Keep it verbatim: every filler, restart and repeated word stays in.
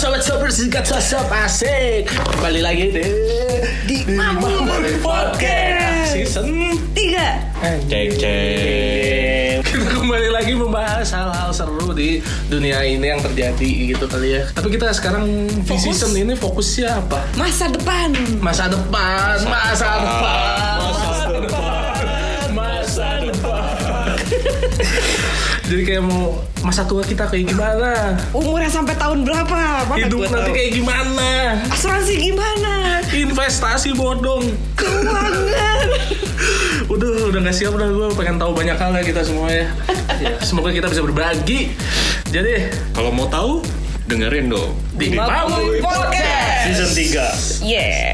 sobat-sobat singkat sosok asik. Kembali lagi deh di Mamuri Podcast season tiga. Cek cek. Kita kembali lagi membahas hal-hal seru di dunia ini yang terjadi gitu kali ya. Tapi kita sekarang di season ini fokusnya apa? Masa depan. Masa depan, masa depan, Masa depan, masa depan. Jadi kayak mau masa tua kita kayak gimana? Umurnya sampai tahun berapa? Mana Hidup gua nanti tahu. kayak gimana? Asuransi gimana? Investasi bodong. Keuangan. Udah, udah gak siap dah gue pengen tahu banyak hal ya kita semua ya. Ya, semoga kita bisa berbagi. Jadi kalau mau tahu dengerin dong di Mamuri Podcast season tiga. Yeah.